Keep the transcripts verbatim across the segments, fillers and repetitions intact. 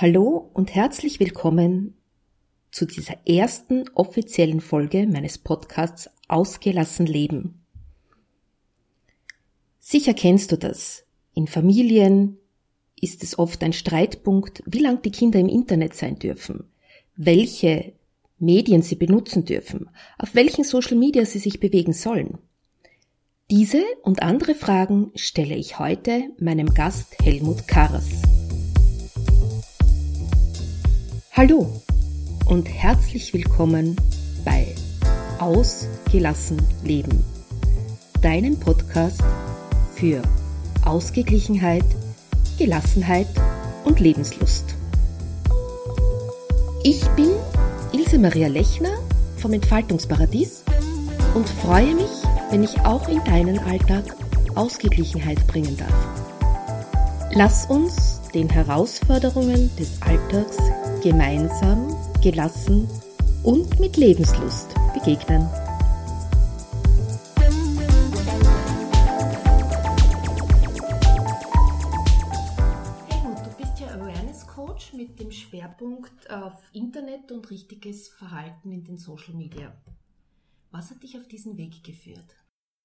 Hallo und herzlich willkommen zu dieser ersten offiziellen Folge meines Podcasts Ausgelassen Leben. Sicher kennst du das. In Familien ist es oft ein Streitpunkt, wie lang die Kinder im Internet sein dürfen, welche Medien sie benutzen dürfen, auf welchen Social Media sie sich bewegen sollen. Diese und andere Fragen stelle ich heute meinem Gast Helmut Karras. Hallo und herzlich willkommen bei Ausgelassen Leben, deinem Podcast für Ausgeglichenheit, Gelassenheit und Lebenslust. Ich bin Ilse Maria Lechner vom Entfaltungsparadies und freue mich, wenn ich auch in deinen Alltag Ausgeglichenheit bringen darf. Lass uns den Herausforderungen des Alltags gemeinsam, gelassen und mit Lebenslust begegnen. Helmut, du bist ja Awareness Coach mit dem Schwerpunkt auf Internet und richtiges Verhalten in den Social Media. Was hat dich auf diesen Weg geführt?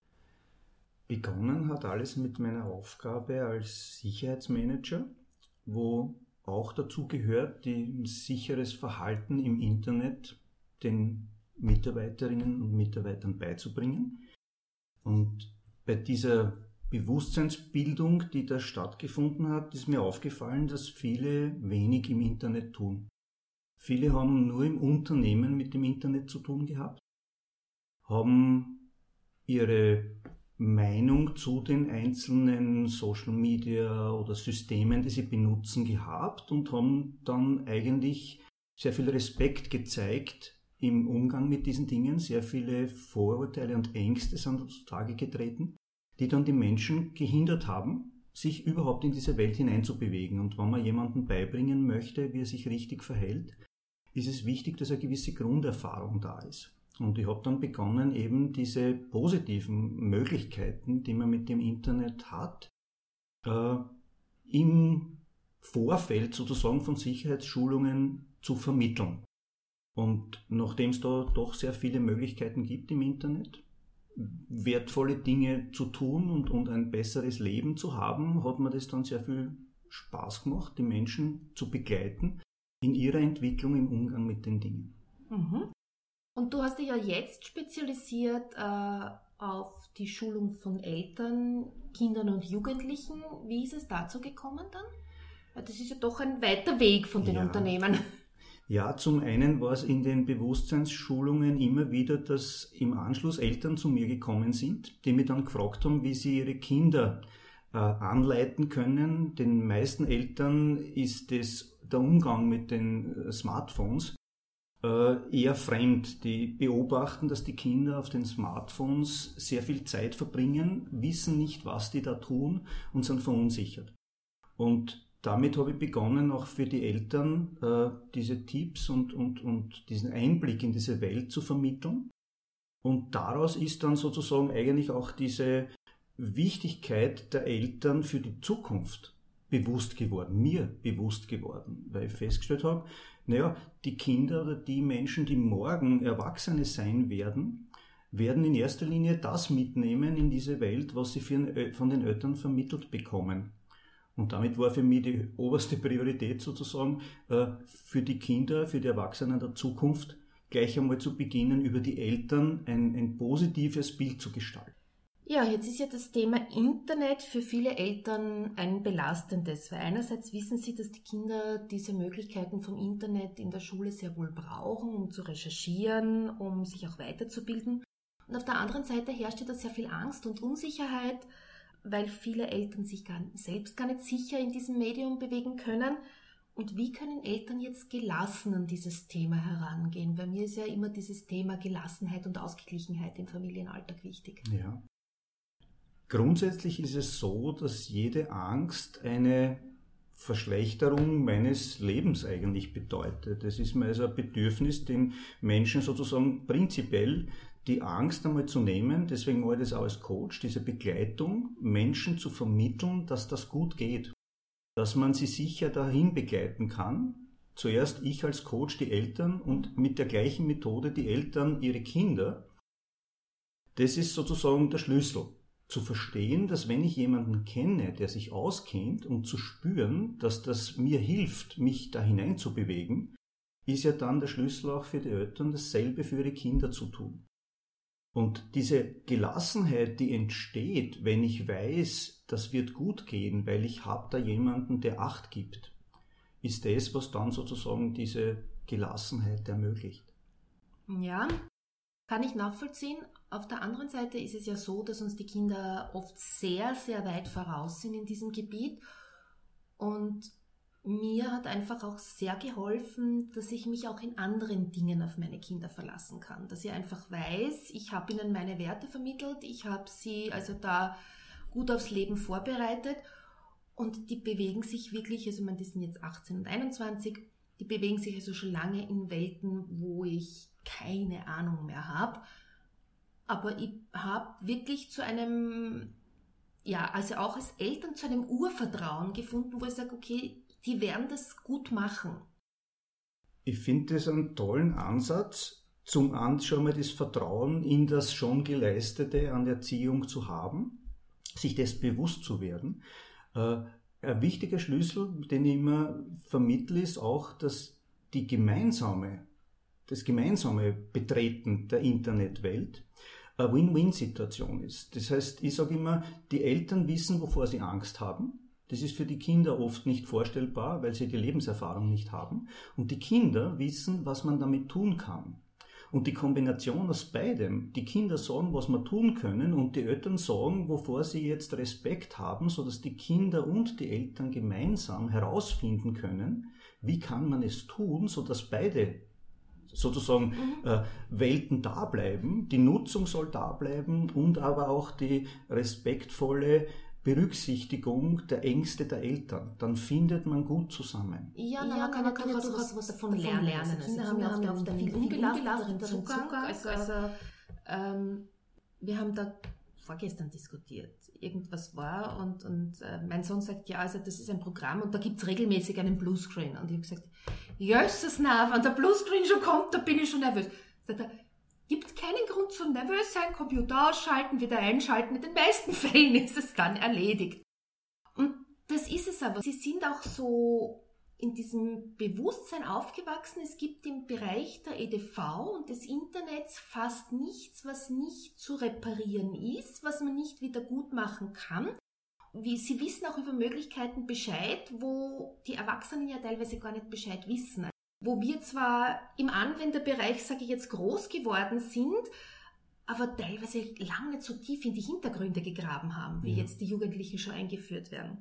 Begonnen hat alles mit meiner Aufgabe als Sicherheitsmanager, wo auch dazu gehört, ein sicheres Verhalten im Internet den Mitarbeiterinnen und Mitarbeitern beizubringen. Und bei dieser Bewusstseinsbildung, die da stattgefunden hat, ist mir aufgefallen, dass viele wenig im Internet tun. Viele haben nur im Unternehmen mit dem Internet zu tun gehabt, haben ihre Meinung zu den einzelnen Social Media oder Systemen, die sie benutzen, gehabt und haben dann eigentlich sehr viel Respekt gezeigt im Umgang mit diesen Dingen. Sehr viele Vorurteile und Ängste sind zutage getreten, die dann die Menschen gehindert haben, sich überhaupt in diese Welt hineinzubewegen. Und wenn man jemandem beibringen möchte, wie er sich richtig verhält, ist es wichtig, dass eine gewisse Grunderfahrung da ist. Und ich habe dann begonnen, eben diese positiven Möglichkeiten, die man mit dem Internet hat, äh, im Vorfeld sozusagen von Sicherheitsschulungen zu vermitteln. Und nachdem es da doch sehr viele Möglichkeiten gibt im Internet, wertvolle Dinge zu tun und, und ein besseres Leben zu haben, hat mir das dann sehr viel Spaß gemacht, die Menschen zu begleiten in ihrer Entwicklung im Umgang mit den Dingen. Mhm. Und du hast dich ja jetzt spezialisiert äh, auf die Schulung von Eltern, Kindern und Jugendlichen. Wie ist es dazu gekommen dann? Das ist ja doch ein weiter Weg von den ja. Unternehmen. Ja, zum einen war es in den Bewusstseinsschulungen immer wieder, dass im Anschluss Eltern zu mir gekommen sind, die mich dann gefragt haben, wie sie ihre Kinder äh, anleiten können. Den meisten Eltern ist das, der Umgang mit den äh, Smartphones eher fremd. Die beobachten, dass die Kinder auf den Smartphones sehr viel Zeit verbringen, wissen nicht, was die da tun und sind verunsichert. Und damit habe ich begonnen, auch für die Eltern äh, diese Tipps und, und, und diesen Einblick in diese Welt zu vermitteln. Und daraus ist dann sozusagen eigentlich auch diese Wichtigkeit der Eltern für die Zukunft bewusst geworden, mir bewusst geworden, weil ich festgestellt habe, naja, die Kinder oder die Menschen, die morgen Erwachsene sein werden, werden in erster Linie das mitnehmen in diese Welt, was sie für, von den Eltern vermittelt bekommen. Und damit war für mich die oberste Priorität sozusagen, für die Kinder, für die Erwachsenen der Zukunft gleich einmal zu beginnen, über die Eltern ein, ein positives Bild zu gestalten. Ja, jetzt ist ja das Thema Internet für viele Eltern ein belastendes, weil einerseits wissen sie, dass die Kinder diese Möglichkeiten vom Internet in der Schule sehr wohl brauchen, um zu recherchieren, um sich auch weiterzubilden. Und auf der anderen Seite herrscht ja da sehr viel Angst und Unsicherheit, weil viele Eltern sich gar, selbst gar nicht sicher in diesem Medium bewegen können. Und wie können Eltern jetzt gelassen an dieses Thema herangehen? Bei mir ist ja immer dieses Thema Gelassenheit und Ausgeglichenheit im Familienalltag wichtig. Ja. Grundsätzlich ist es so, dass jede Angst eine Verschlechterung meines Lebens eigentlich bedeutet. Es ist mir also ein Bedürfnis, den Menschen sozusagen prinzipiell die Angst einmal zu nehmen, deswegen mache ich das auch als Coach, diese Begleitung, Menschen zu vermitteln, dass das gut geht. dass man sie sicher dahin begleiten kann. Zuerst ich als Coach die Eltern und mit der gleichen Methode die Eltern ihre Kinder. Das ist sozusagen der Schlüssel. Zu verstehen, dass wenn ich jemanden kenne, der sich auskennt, und zu spüren, dass das mir hilft, mich da hinein zu bewegen, ist ja dann der Schlüssel auch für die Eltern, dasselbe für ihre Kinder zu tun. Und diese Gelassenheit, die entsteht, wenn ich weiß, das wird gut gehen, weil ich habe da jemanden, der Acht gibt, ist das, was dann sozusagen diese Gelassenheit ermöglicht. Ja, kann ich nachvollziehen. Auf der anderen Seite ist es ja so, dass uns die Kinder oft sehr, sehr weit voraus sind in diesem Gebiet. Und mir hat einfach auch sehr geholfen, dass ich mich auch in anderen Dingen auf meine Kinder verlassen kann. Dass ich einfach weiß, ich habe ihnen meine Werte vermittelt, ich habe sie also da gut aufs Leben vorbereitet und die bewegen sich wirklich, also man, die sind jetzt achtzehn und einundzwanzig, die bewegen sich also schon lange in Welten, wo ich keine Ahnung mehr habe. Aber ich habe wirklich zu einem, ja, also auch als Eltern zu einem Urvertrauen gefunden, wo ich sage, okay, die werden das gut machen. Ich finde das einen tollen Ansatz, zum einen schon mal das Vertrauen in das schon Geleistete an Erziehung zu haben, sich das bewusst zu werden. Äh, ein wichtiger Schlüssel, den ich immer vermittle, ist auch, dass die gemeinsame, das gemeinsame Betreten der Internetwelt eine Win-Win-Situation ist. Das heißt, ich sage immer, die Eltern wissen, wovor sie Angst haben. Das ist für die Kinder oft nicht vorstellbar, weil sie die Lebenserfahrung nicht haben. Und die Kinder wissen, was man damit tun kann. Und die Kombination aus beidem, die Kinder sagen, was wir tun können, und die Eltern sagen, wovor sie jetzt Respekt haben, sodass die Kinder und die Eltern gemeinsam herausfinden können, wie kann man es tun, sodass beide sozusagen mhm. äh, Welten da bleiben, die Nutzung soll da bleiben und aber auch die respektvolle Berücksichtigung der Ängste der Eltern, dann findet man gut zusammen. Ja, na, ja man kann ja durchaus was, was, was davon lernen. lernen. Also Kinder, Kinder haben ja oft einen viel unbelasteten Zugang. Zugang. Also, also ähm, wir haben da vorgestern diskutiert. Irgendwas war und, und äh, mein Sohn sagt, ja, also das ist ein Programm und da gibt es regelmäßig einen Bluescreen. Und ich habe gesagt, jösses, na, wenn der Bluescreen schon kommt, da bin ich schon nervös. Sagt er, gibt keinen Grund zu nervös sein, Computer ausschalten, wieder einschalten. In den meisten Fällen ist es dann erledigt. Und das ist es aber. Sie sind auch so in diesem Bewusstsein aufgewachsen. Es gibt im Bereich der E D V und des Internets fast nichts, was nicht zu reparieren ist, was man nicht wieder gut machen kann. Wie, sie wissen auch über Möglichkeiten Bescheid, wo die Erwachsenen ja teilweise gar nicht Bescheid wissen. Wo wir zwar im Anwenderbereich, sage ich jetzt, groß geworden sind, aber teilweise lange nicht so tief in die Hintergründe gegraben haben, wie ja. jetzt die Jugendlichen schon eingeführt werden.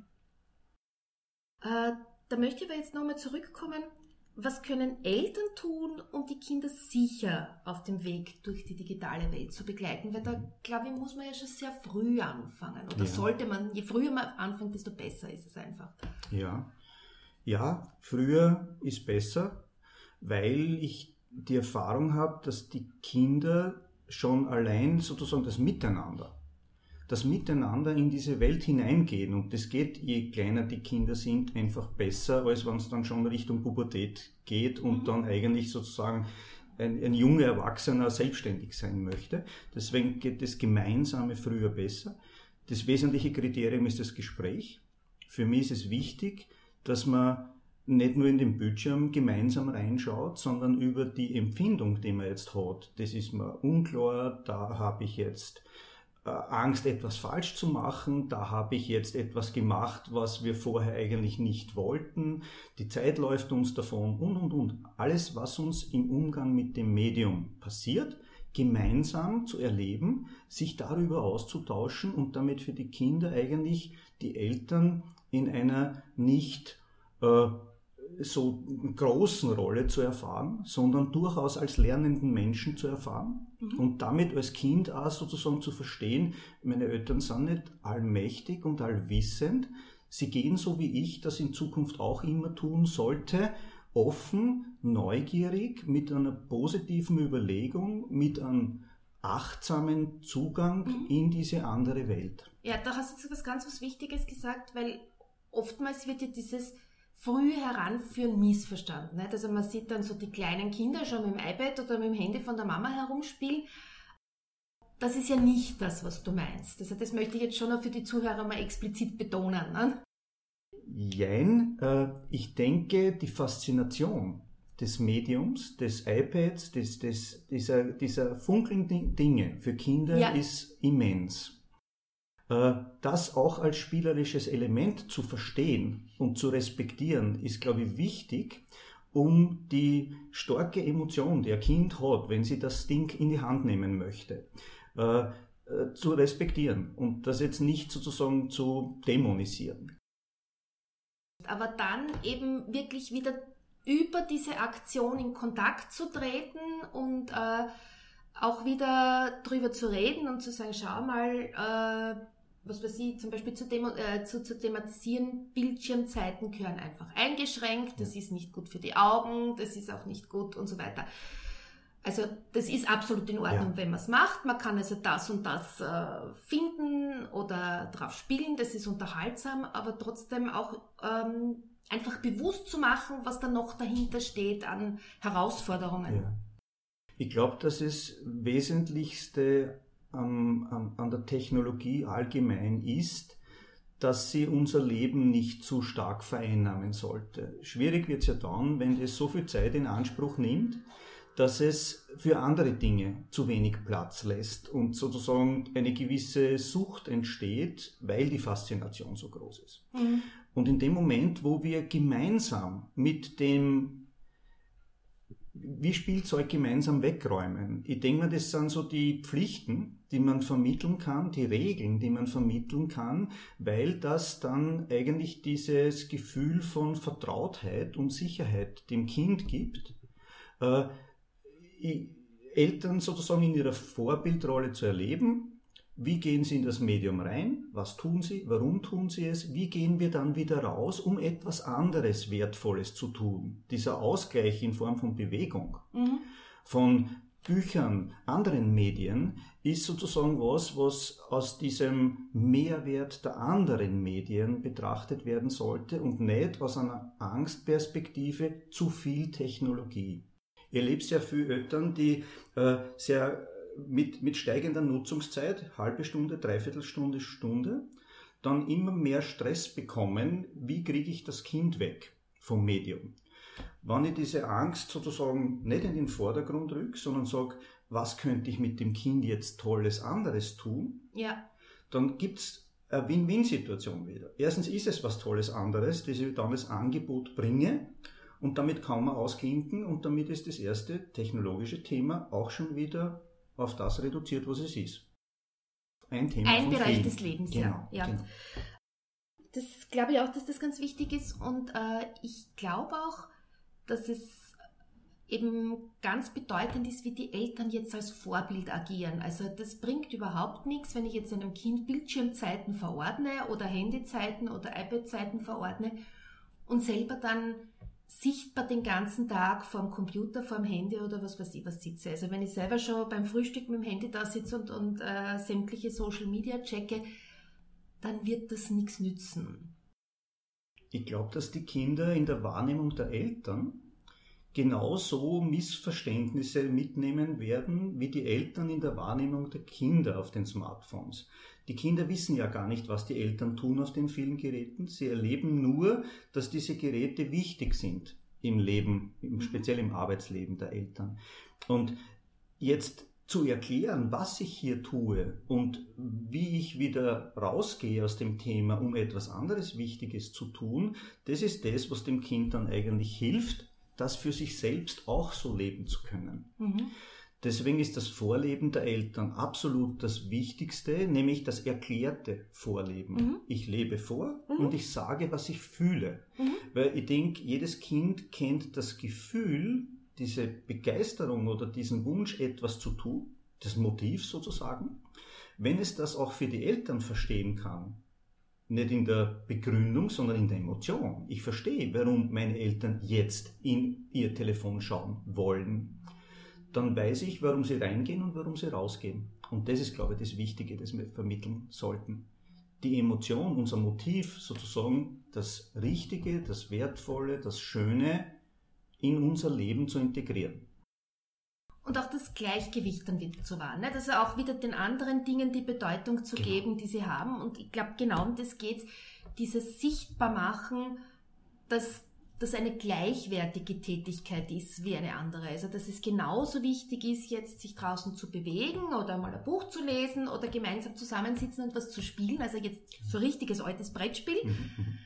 Äh, da möchte ich aber jetzt nochmal zurückkommen. Was können Eltern tun, um die Kinder sicher auf dem Weg durch die digitale Welt zu begleiten? Weil da, glaube ich, muss man ja schon sehr früh anfangen. Oder ja. sollte man, je früher man anfängt, desto besser ist es einfach. Ja, ja, früher ist besser, weil ich die Erfahrung habe, dass die Kinder schon allein sozusagen das Miteinander, das Miteinander in diese Welt hineingehen, und das geht, je kleiner die Kinder sind, einfach besser, als wenn es dann schon Richtung Pubertät geht und mhm. dann eigentlich sozusagen ein, ein junger Erwachsener selbstständig sein möchte. Deswegen geht das Gemeinsame früher besser. Das wesentliche Kriterium ist das Gespräch. Für mich ist es wichtig, dass man nicht nur in den Bildschirm gemeinsam reinschaut, sondern über die Empfindung, die man jetzt hat. Das ist mir unklar, da habe ich jetzt äh, Angst, etwas falsch zu machen, da habe ich jetzt etwas gemacht, was wir vorher eigentlich nicht wollten, die Zeit läuft uns davon und, und, und. Alles, was uns im Umgang mit dem Medium passiert, gemeinsam zu erleben, sich darüber auszutauschen und damit für die Kinder eigentlich die Eltern in einer nicht äh, so großen Rolle zu erfahren, sondern durchaus als lernenden Menschen zu erfahren mhm. und damit als Kind auch sozusagen zu verstehen, meine Eltern sind nicht allmächtig und allwissend, sie gehen so wie ich das in Zukunft auch immer tun sollte, offen, neugierig, mit einer positiven Überlegung, mit einem achtsamen Zugang mhm. in diese andere Welt. Ja, da hast du jetzt was ganz was Wichtiges gesagt, weil oftmals wird ja dieses früh Heranführen missverstanden. Nicht? Also man sieht dann so die kleinen Kinder schon mit dem iPad oder mit dem Handy von der Mama herumspielen. Das ist ja nicht das, was du meinst. Also das möchte ich jetzt schon auch für die Zuhörer mal explizit betonen. Ne? Jein, äh, ich denke, die Faszination des Mediums, des iPads, des, des, dieser, dieser funkelnden Dinge für Kinder ja. ist immens. Das auch als spielerisches Element zu verstehen und zu respektieren, ist, glaube ich, wichtig, um die starke Emotion, die ein Kind hat, wenn sie das Ding in die Hand nehmen möchte, äh, äh, zu respektieren und das jetzt nicht sozusagen zu dämonisieren. Aber dann eben wirklich wieder über diese Aktion in Kontakt zu treten und äh, auch wieder drüber zu reden und zu sagen, schau mal, äh, was weiß ich, zum Beispiel zu, demo, äh, zu, zu thematisieren, Bildschirmzeiten gehören einfach eingeschränkt, das ist nicht gut für die Augen, das ist auch nicht gut und so weiter. Also das ist absolut in Ordnung, ja. wenn man es macht. Man kann also das und das äh, finden oder drauf spielen, das ist unterhaltsam, aber trotzdem auch ähm, einfach bewusst zu machen, was da noch dahinter steht an Herausforderungen. Ja. Ich glaube, das ist Wesentlichste An, an, an der Technologie allgemein ist, dass sie unser Leben nicht zu stark vereinnahmen sollte. Schwierig wird es ja dann, wenn es so viel Zeit in Anspruch nimmt, dass es für andere Dinge zu wenig Platz lässt und sozusagen eine gewisse Sucht entsteht, weil die Faszination so groß ist. Mhm. Und in dem Moment, wo wir gemeinsam mit dem wie Spielzeug gemeinsam wegräumen. Ich denke mir, das sind so die Pflichten, die man vermitteln kann, die Regeln, die man vermitteln kann, weil das dann eigentlich dieses Gefühl von Vertrautheit und Sicherheit dem Kind gibt. Äh, Eltern sozusagen in ihrer Vorbildrolle zu erleben, wie gehen sie in das Medium rein, was tun sie, warum tun sie es, wie gehen wir dann wieder raus, um etwas anderes Wertvolles zu tun. Dieser Ausgleich in Form von Bewegung, mhm. von Büchern, anderen Medien, ist sozusagen was, was aus diesem Mehrwert der anderen Medien betrachtet werden sollte und nicht aus einer Angstperspektive zu viel Technologie. Ich erlebe sehr viele Eltern, die äh, sehr Mit, mit steigender Nutzungszeit, halbe Stunde, Dreiviertelstunde, Stunde, dann immer mehr Stress bekommen, wie kriege ich das Kind weg vom Medium. Wenn ich diese Angst sozusagen nicht in den Vordergrund rücke, sondern sage, was könnte ich mit dem Kind jetzt Tolles anderes tun, ja. dann gibt es eine Win-Win-Situation wieder. Erstens ist es was Tolles anderes, das ich dann als Angebot bringe und damit kann man ausklinken und damit ist das erste technologische Thema auch schon wieder auf das reduziert, was es ist. Ein Thema Ein von Bereich vielen. des Lebens, genau, ja. ja. Genau. Das glaube ich auch, dass das ganz wichtig ist und äh, ich glaube auch, dass es eben ganz bedeutend ist, wie die Eltern jetzt als Vorbild agieren. Also das bringt überhaupt nichts, wenn ich jetzt einem Kind Bildschirmzeiten verordne oder Handyzeiten oder iPad-Zeiten verordne und selber dann sichtbar den ganzen Tag vorm Computer, vorm Handy oder was weiß ich was sitze. Also wenn ich selber schon beim Frühstück mit dem Handy da sitze und, und äh, sämtliche Social Media checke, dann wird das nichts nützen. Ich glaube, dass die Kinder in der Wahrnehmung der Eltern genauso Missverständnisse mitnehmen werden, wie die Eltern in der Wahrnehmung der Kinder auf den Smartphones. Die Kinder wissen ja gar nicht, was die Eltern tun auf den vielen Geräten. Sie erleben nur, dass diese Geräte wichtig sind im Leben, speziell im Arbeitsleben der Eltern. Und jetzt zu erklären, was ich hier tue und wie ich wieder rausgehe aus dem Thema, um etwas anderes Wichtiges zu tun, das ist das, was dem Kind dann eigentlich hilft, das für sich selbst auch so leben zu können. Mhm. Deswegen ist das Vorleben der Eltern absolut das Wichtigste, nämlich das erklärte Vorleben. Mhm. Ich lebe vor mhm. und ich sage, was ich fühle. Mhm. Weil ich denke, jedes Kind kennt das Gefühl, diese Begeisterung oder diesen Wunsch, etwas zu tun, das Motiv sozusagen, wenn es das auch für die Eltern verstehen kann. Nicht in der Begründung, sondern in der Emotion. Ich verstehe, warum meine Eltern jetzt in ihr Telefon schauen wollen. Dann weiß ich, warum sie reingehen und warum sie rausgehen. Und das ist, glaube ich, das Wichtige, das wir vermitteln sollten. die Emotion, unser Motiv sozusagen, das Richtige, das Wertvolle, das Schöne in unser Leben zu integrieren. Und auch das Gleichgewicht dann wieder zu wahren. Also auch wieder den anderen Dingen die Bedeutung zu Genau. geben, die sie haben. Und ich glaube, genau um das geht es, dieses Sichtbarmachen, dass das eine gleichwertige Tätigkeit ist wie eine andere. Also dass es genauso wichtig ist, jetzt sich draußen zu bewegen oder mal ein Buch zu lesen oder gemeinsam zusammensitzen und was zu spielen. Also jetzt so richtiges altes Brettspiel. Mhm.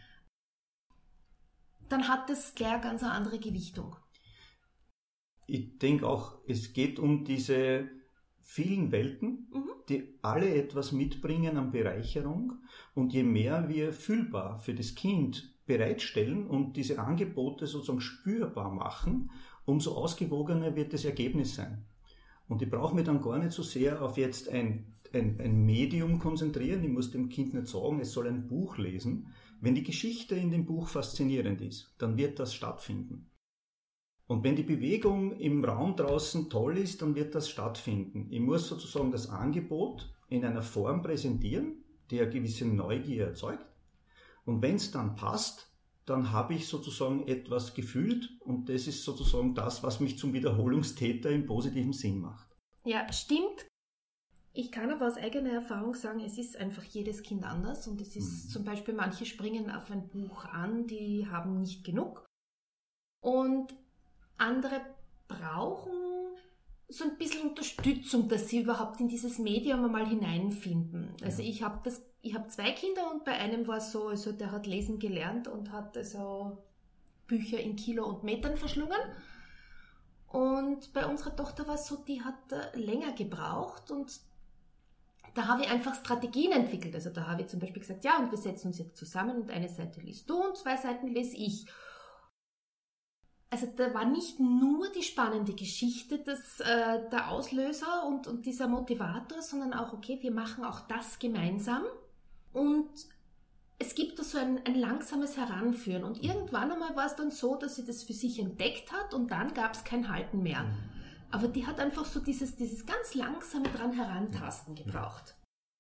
Dann hat das gleich eine ganz andere Gewichtung. Ich denke auch, es geht um diese vielen Welten, Mhm. die alle etwas mitbringen an Bereicherung. Und je mehr wir fühlbar für das Kind bereitstellen und diese Angebote sozusagen spürbar machen, umso ausgewogener wird das Ergebnis sein. Und ich brauche mich dann gar nicht so sehr auf jetzt ein, ein, ein Medium konzentrieren. Ich muss dem Kind nicht sagen, es soll ein Buch lesen. Wenn die Geschichte in dem Buch faszinierend ist, dann wird das stattfinden. Und wenn die Bewegung im Raum draußen toll ist, dann wird das stattfinden. Ich muss sozusagen das Angebot in einer Form präsentieren, die eine gewisse Neugier erzeugt. Und wenn es dann passt, dann habe ich sozusagen etwas gefühlt und das ist sozusagen das, was mich zum Wiederholungstäter im positiven Sinn macht. Ja, stimmt. Ich kann aber aus eigener Erfahrung sagen, es ist einfach jedes Kind anders und es ist Mhm. zum Beispiel, manche springen auf ein Buch an, die haben nicht genug und andere brauchen so ein bisschen Unterstützung, dass sie überhaupt in dieses Medium einmal hineinfinden. Also Ja. ich habe das, ich habe zwei Kinder und bei einem war es so, also der hat lesen gelernt und hat also Bücher in Kilo und Metern verschlungen. Und bei unserer Tochter war es so, die hat äh, länger gebraucht und da habe ich einfach Strategien entwickelt. Also da habe ich zum Beispiel gesagt, ja, und wir setzen uns jetzt zusammen und eine Seite liest du und zwei Seiten lese ich. Also da war nicht nur die spannende Geschichte das, äh, der Auslöser und, und dieser Motivator, sondern auch, okay, wir machen auch das gemeinsam und es gibt da so ein, ein langsames Heranführen und irgendwann einmal war es dann so, dass sie das für sich entdeckt hat und dann gab es kein Halten mehr. Aber die hat einfach so dieses, dieses ganz langsame dran herantasten gebraucht.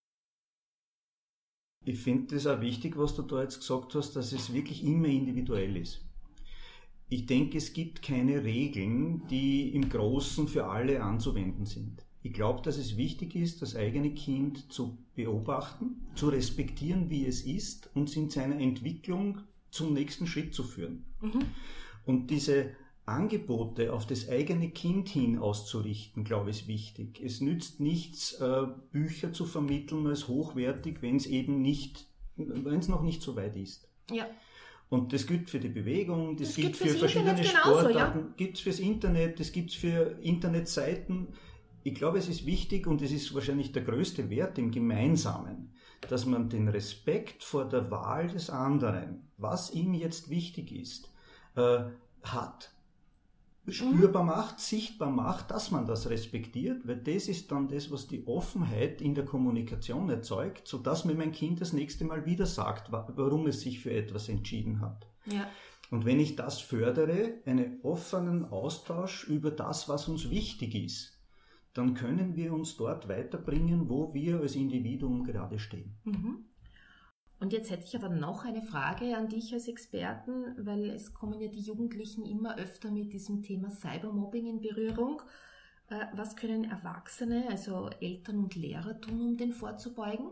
Ich finde es auch wichtig, was du da jetzt gesagt hast, dass es wirklich immer individuell ist. Ich denke, es gibt keine Regeln, die im Großen für alle anzuwenden sind. Ich glaube, dass es wichtig ist, das eigene Kind zu beobachten, zu respektieren, wie es ist und es in seiner Entwicklung zum nächsten Schritt zu führen. Mhm. Und diese Angebote auf das eigene Kind hin auszurichten, glaube ich, ist wichtig. Es nützt nichts, äh, Bücher zu vermitteln als hochwertig, wenn es eben nicht, wenn es noch nicht so weit ist. Ja. Und das gilt für die Bewegung, das, Das gilt gilt für fürs verschiedene Internet genauso, Sportarten, ja. gibt es fürs Internet, das gibt es für Internetseiten. Ich glaube, es ist wichtig und es ist wahrscheinlich der größte Wert im Gemeinsamen, dass man den Respekt vor der Wahl des anderen, was ihm jetzt wichtig ist, äh, hat. Spürbar macht, sichtbar macht, dass man das respektiert, weil das ist dann das, was die Offenheit in der Kommunikation erzeugt, sodass mir mein Kind das nächste Mal wieder sagt, warum es sich für etwas entschieden hat. Ja. Und wenn ich das fördere, einen offenen Austausch über das, was uns wichtig ist, dann können wir uns dort weiterbringen, wo wir als Individuum gerade stehen. Mhm. Und jetzt hätte ich aber noch eine Frage an dich als Experten, weil es kommen ja die Jugendlichen immer öfter mit diesem Thema Cybermobbing in Berührung. Was können Erwachsene, also Eltern und Lehrer tun, um dem vorzubeugen?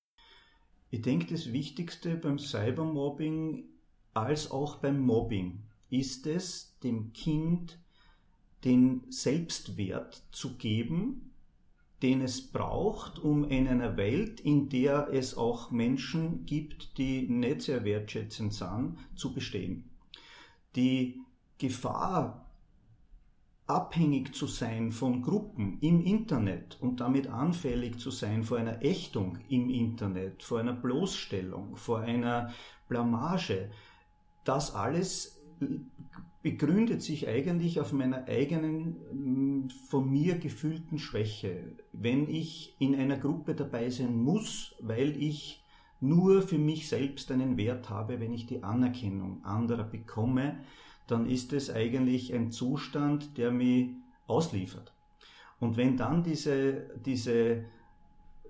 Ich denke, das Wichtigste beim Cybermobbing als auch beim Mobbing ist es, dem Kind den Selbstwert zu geben, den es braucht, um in einer Welt, in der es auch Menschen gibt, die nicht sehr wertschätzend sind, zu bestehen. Die Gefahr, abhängig zu sein von Gruppen im Internet und damit anfällig zu sein vor einer Ächtung im Internet, vor einer Bloßstellung, vor einer Blamage, das alles begründet sich eigentlich auf meiner eigenen, von mir gefühlten Schwäche. Wenn ich in einer Gruppe dabei sein muss, weil ich nur für mich selbst einen Wert habe, wenn ich die Anerkennung anderer bekomme, dann ist es eigentlich ein Zustand, der mich ausliefert. Und wenn dann diese, diese,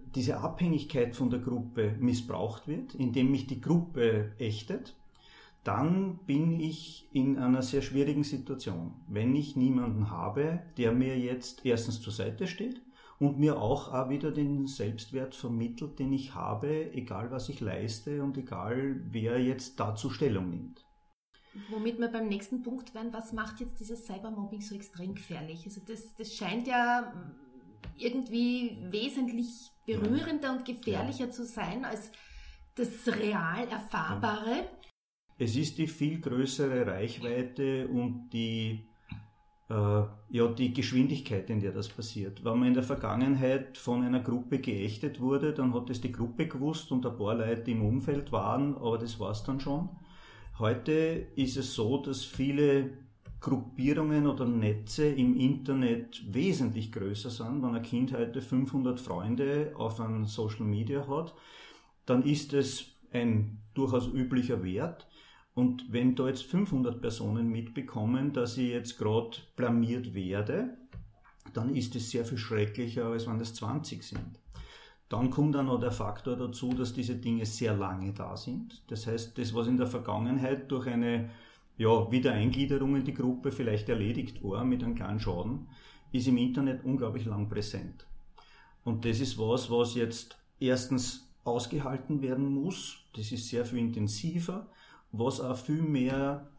diese Abhängigkeit von der Gruppe missbraucht wird, indem mich die Gruppe ächtet, dann bin ich in einer sehr schwierigen Situation, wenn ich niemanden habe, der mir jetzt erstens zur Seite steht und mir auch, auch wieder den Selbstwert vermittelt, den ich habe, egal was ich leiste und egal wer jetzt dazu Stellung nimmt. Womit wir beim nächsten Punkt wären, was macht jetzt dieses Cybermobbing so extrem gefährlich? Also das, das scheint ja irgendwie wesentlich berührender und gefährlicher ja. zu sein als das real Erfahrbare. Ja. Es ist die viel größere Reichweite und die, äh, ja, die Geschwindigkeit, in der das passiert. Wenn man in der Vergangenheit von einer Gruppe geächtet wurde, dann hat es die Gruppe gewusst und ein paar Leute, die im Umfeld waren, aber das war es dann schon. Heute ist es so, dass viele Gruppierungen oder Netze im Internet wesentlich größer sind. Wenn ein Kind heute fünfhundert Freunde auf einem Social Media hat, dann ist es ein durchaus üblicher Wert. Und wenn da jetzt fünfhundert Personen mitbekommen, dass ich jetzt gerade blamiert werde, dann ist es sehr viel schrecklicher, als wenn das zwanzig sind. Dann kommt dann noch der Faktor dazu, dass diese Dinge sehr lange da sind. Das heißt, das, was in der Vergangenheit durch eine ja, Wiedereingliederung in die Gruppe vielleicht erledigt war mit einem kleinen Schaden, ist im Internet unglaublich lang präsent. Und das ist was, was jetzt erstens ausgehalten werden muss. Das ist sehr viel intensiver, was auch viel mehr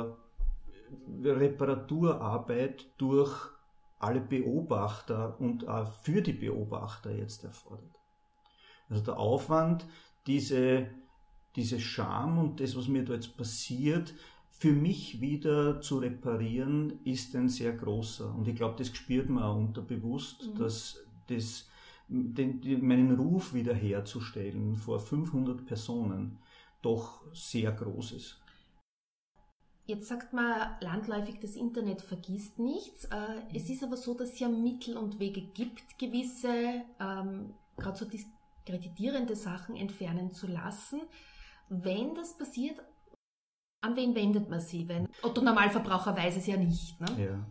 äh, Reparaturarbeit durch alle Beobachter und auch für die Beobachter jetzt erfordert. Also der Aufwand, diese, diese Scham und das, was mir da jetzt passiert, für mich wieder zu reparieren, ist ein sehr großer. Und ich glaube, das spürt man auch unterbewusst, mhm. dass das, den, den, meinen Ruf wiederherzustellen vor fünfhundert Personen doch sehr groß ist. Jetzt sagt man landläufig, das Internet vergisst nichts. Es ist aber so, dass es ja Mittel und Wege gibt, gewisse, ähm, gerade so diskreditierende Sachen entfernen zu lassen. Wenn das passiert, an wen wendet man sie? Wenn Otto Normalverbraucher weiß es ja nicht. Ne? Ja.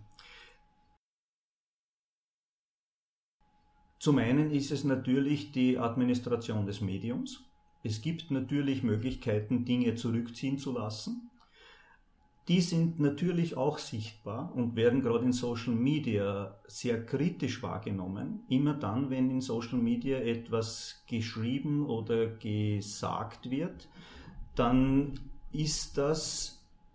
Zum einen ist es natürlich die Administration des Mediums. Es gibt natürlich Möglichkeiten, Dinge zurückziehen zu lassen. Die sind natürlich auch sichtbar und werden gerade in Social Media sehr kritisch wahrgenommen. Immer dann, wenn in Social Media etwas geschrieben oder gesagt wird, dann ist das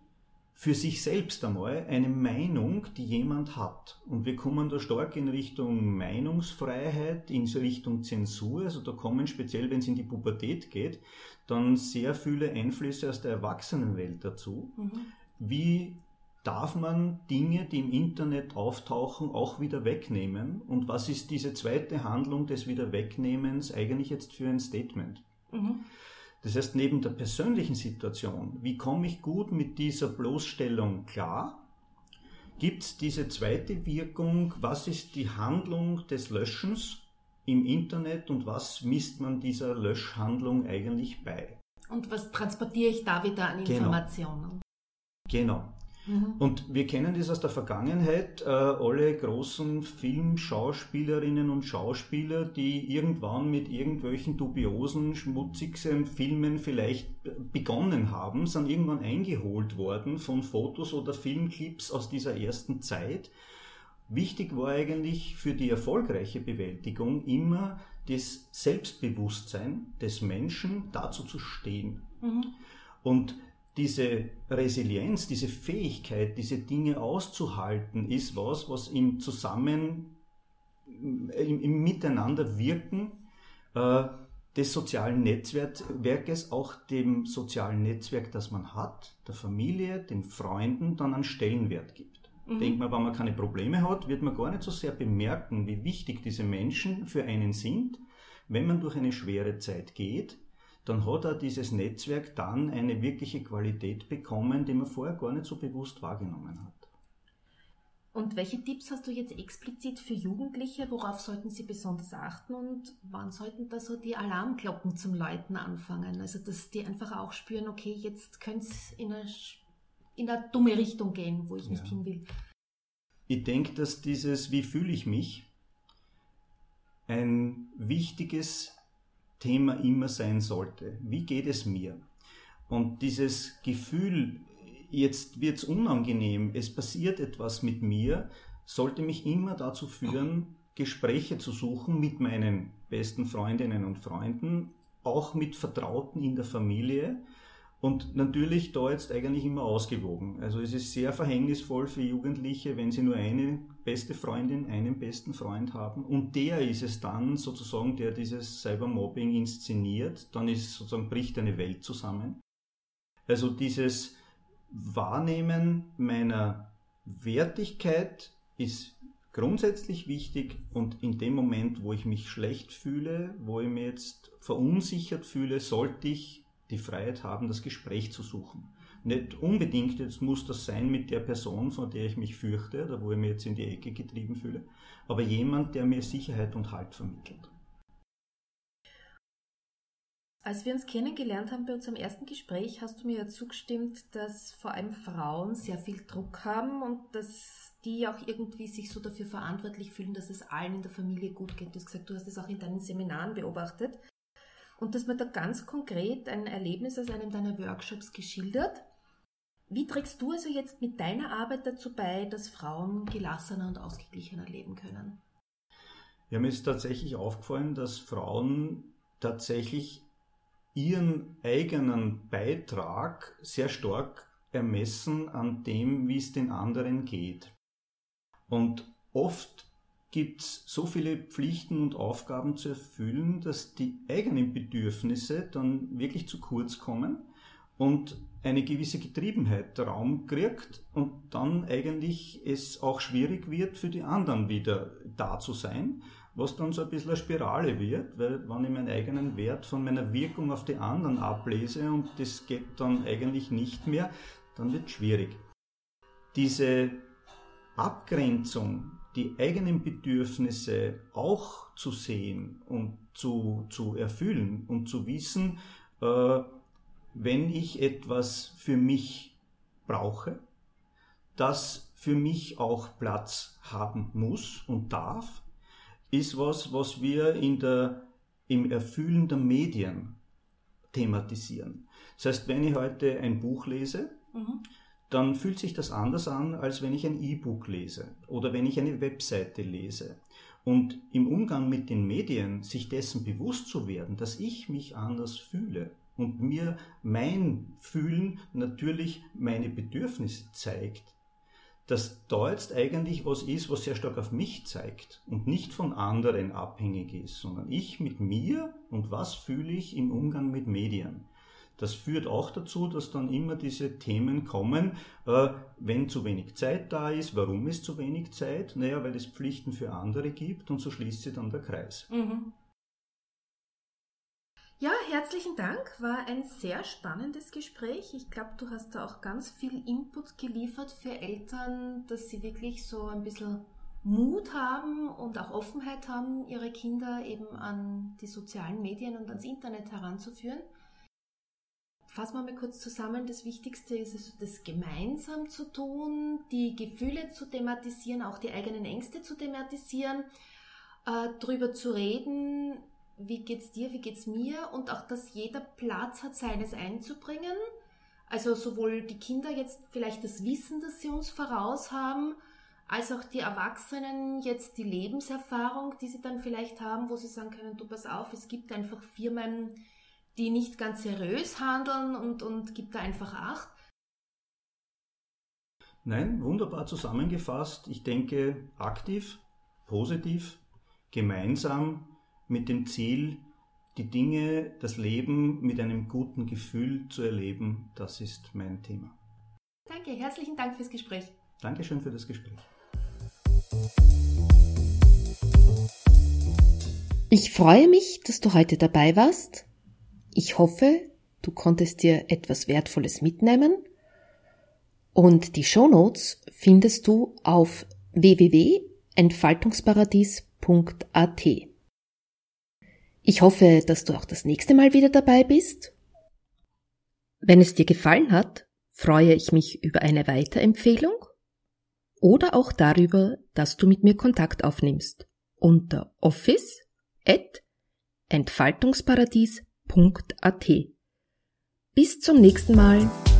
für sich selbst einmal eine Meinung, die jemand hat. Und wir kommen da stark in Richtung Meinungsfreiheit, in Richtung Zensur. Also da kommen speziell, wenn es in die Pubertät geht, dann sehr viele Einflüsse aus der Erwachsenenwelt dazu. Mhm. Wie darf man Dinge, die im Internet auftauchen, auch wieder wegnehmen? Und was ist diese zweite Handlung des Wiederwegnehmens eigentlich jetzt für ein Statement? Mhm. Das heißt, neben der persönlichen Situation, wie komme ich gut mit dieser Bloßstellung klar, gibt es diese zweite Wirkung, was ist die Handlung des Löschens im Internet und was misst man dieser Löschhandlung eigentlich bei? Und was transportiere ich da wieder an Informationen? Genau. genau. Mhm. Und wir kennen das aus der Vergangenheit, äh, alle großen Filmschauspielerinnen und Schauspieler, die irgendwann mit irgendwelchen dubiosen, schmutzigen Filmen vielleicht begonnen haben, sind irgendwann eingeholt worden von Fotos oder Filmclips aus dieser ersten Zeit. Wichtig war eigentlich für die erfolgreiche Bewältigung immer das Selbstbewusstsein des Menschen, dazu zu stehen. Mhm. Und diese Resilienz, diese Fähigkeit, diese Dinge auszuhalten, ist was, was im Zusammen, im, im Miteinanderwirken äh, des sozialen Netzwerkes, auch dem sozialen Netzwerk, das man hat, der Familie, den Freunden, dann einen Stellenwert gibt. Mhm. Denkt man, wenn man keine Probleme hat, wird man gar nicht so sehr bemerken, wie wichtig diese Menschen für einen sind. Wenn man durch eine schwere Zeit geht, dann hat auch dieses Netzwerk dann eine wirkliche Qualität bekommen, die man vorher gar nicht so bewusst wahrgenommen hat. Und welche Tipps hast du jetzt explizit für Jugendliche? Worauf sollten sie besonders achten und wann sollten da so die Alarmglocken zum Läuten anfangen? Also dass die einfach auch spüren, okay, jetzt könnte es in eine, in eine dumme Richtung gehen, wo ich nicht ja. hin will. Ich denke, dass dieses, wie fühle ich mich, ein wichtiges Thema immer sein sollte. Wie geht es mir? Und dieses Gefühl, jetzt wird es unangenehm, es passiert etwas mit mir, sollte mich immer dazu führen, Gespräche zu suchen mit meinen besten Freundinnen und Freunden, auch mit Vertrauten in der Familie und natürlich da jetzt eigentlich immer ausgewogen. Also es ist sehr verhängnisvoll für Jugendliche, wenn sie nur eine beste Freundin, einen besten Freund haben und der ist es dann sozusagen, der dieses Cybermobbing inszeniert, dann ist sozusagen bricht eine Welt zusammen. Also dieses Wahrnehmen meiner Wertigkeit ist grundsätzlich wichtig und in dem Moment, wo ich mich schlecht fühle, wo ich mich jetzt verunsichert fühle, sollte ich die Freiheit haben, das Gespräch zu suchen. Nicht unbedingt, jetzt muss das sein mit der Person, von der ich mich fürchte oder wo ich mich jetzt in die Ecke getrieben fühle, aber jemand, der mir Sicherheit und Halt vermittelt. Als wir uns kennengelernt haben bei unserem ersten Gespräch, hast du mir ja zugestimmt, dass vor allem Frauen sehr viel Druck haben und dass die auch irgendwie sich so dafür verantwortlich fühlen, dass es allen in der Familie gut geht. Du hast gesagt, du hast es auch in deinen Seminaren beobachtet. Und dass man da ganz konkret ein Erlebnis aus einem deiner Workshops geschildert. Wie trägst du also jetzt mit deiner Arbeit dazu bei, dass Frauen gelassener und ausgeglichener leben können? Ja, mir ist tatsächlich aufgefallen, dass Frauen tatsächlich ihren eigenen Beitrag sehr stark ermessen an dem, wie es den anderen geht. Und oft gibt es so viele Pflichten und Aufgaben zu erfüllen, dass die eigenen Bedürfnisse dann wirklich zu kurz kommen und eine gewisse Getriebenheit Raum kriegt und dann eigentlich es auch schwierig wird, für die anderen wieder da zu sein, was dann so ein bisschen eine Spirale wird, weil wenn ich meinen eigenen Wert von meiner Wirkung auf die anderen ablese und das geht dann eigentlich nicht mehr, dann wird es schwierig. Diese Abgrenzung, die eigenen Bedürfnisse auch zu sehen und zu, zu erfüllen und zu wissen, äh, wenn ich etwas für mich brauche, das für mich auch Platz haben muss und darf, ist was, was wir in der, im Erfüllen der Medien thematisieren. Das heißt, wenn ich heute ein Buch lese, mhm. dann fühlt sich das anders an, als wenn ich ein E-Book lese oder wenn ich eine Webseite lese. Und im Umgang mit den Medien sich dessen bewusst zu werden, dass ich mich anders fühle und mir mein Fühlen natürlich meine Bedürfnisse zeigt, dass da jetzt eigentlich was ist, was sehr stark auf mich zeigt und nicht von anderen abhängig ist, sondern ich mit mir und was fühle ich im Umgang mit Medien. Das führt auch dazu, dass dann immer diese Themen kommen, äh, wenn zu wenig Zeit da ist, warum ist zu wenig Zeit? Naja, weil es Pflichten für andere gibt und so schließt sich dann der Kreis. Mhm. Ja, herzlichen Dank, war ein sehr spannendes Gespräch. Ich glaube, du hast da auch ganz viel Input geliefert für Eltern, dass sie wirklich so ein bisschen Mut haben und auch Offenheit haben, ihre Kinder eben an die sozialen Medien und ans Internet heranzuführen. Fassen wir mal kurz zusammen. Das Wichtigste ist es, das gemeinsam zu tun, die Gefühle zu thematisieren, auch die eigenen Ängste zu thematisieren, äh, drüber zu reden, wie geht's dir, wie geht's mir und auch, dass jeder Platz hat, seines einzubringen. Also sowohl die Kinder jetzt vielleicht das Wissen, das sie uns voraus haben, als auch die Erwachsenen jetzt die Lebenserfahrung, die sie dann vielleicht haben, wo sie sagen können, du pass auf, es gibt einfach Firmen, die nicht ganz seriös handeln und, und gibt da einfach Acht. Nein, wunderbar zusammengefasst. Ich denke, aktiv, positiv, gemeinsam mit dem Ziel, die Dinge, das Leben mit einem guten Gefühl zu erleben, das ist mein Thema. Danke, herzlichen Dank fürs Gespräch. Dankeschön für das Gespräch. Ich freue mich, dass du heute dabei warst. Ich hoffe, du konntest dir etwas Wertvolles mitnehmen. Und die Shownotes findest du auf w w w punkt entfaltungsparadies punkt a t. Ich hoffe, dass du auch das nächste Mal wieder dabei bist. Wenn es dir gefallen hat, freue ich mich über eine Weiterempfehlung oder auch darüber, dass du mit mir Kontakt aufnimmst unter office at entfaltungsparadies punkt at. Bis zum nächsten Mal.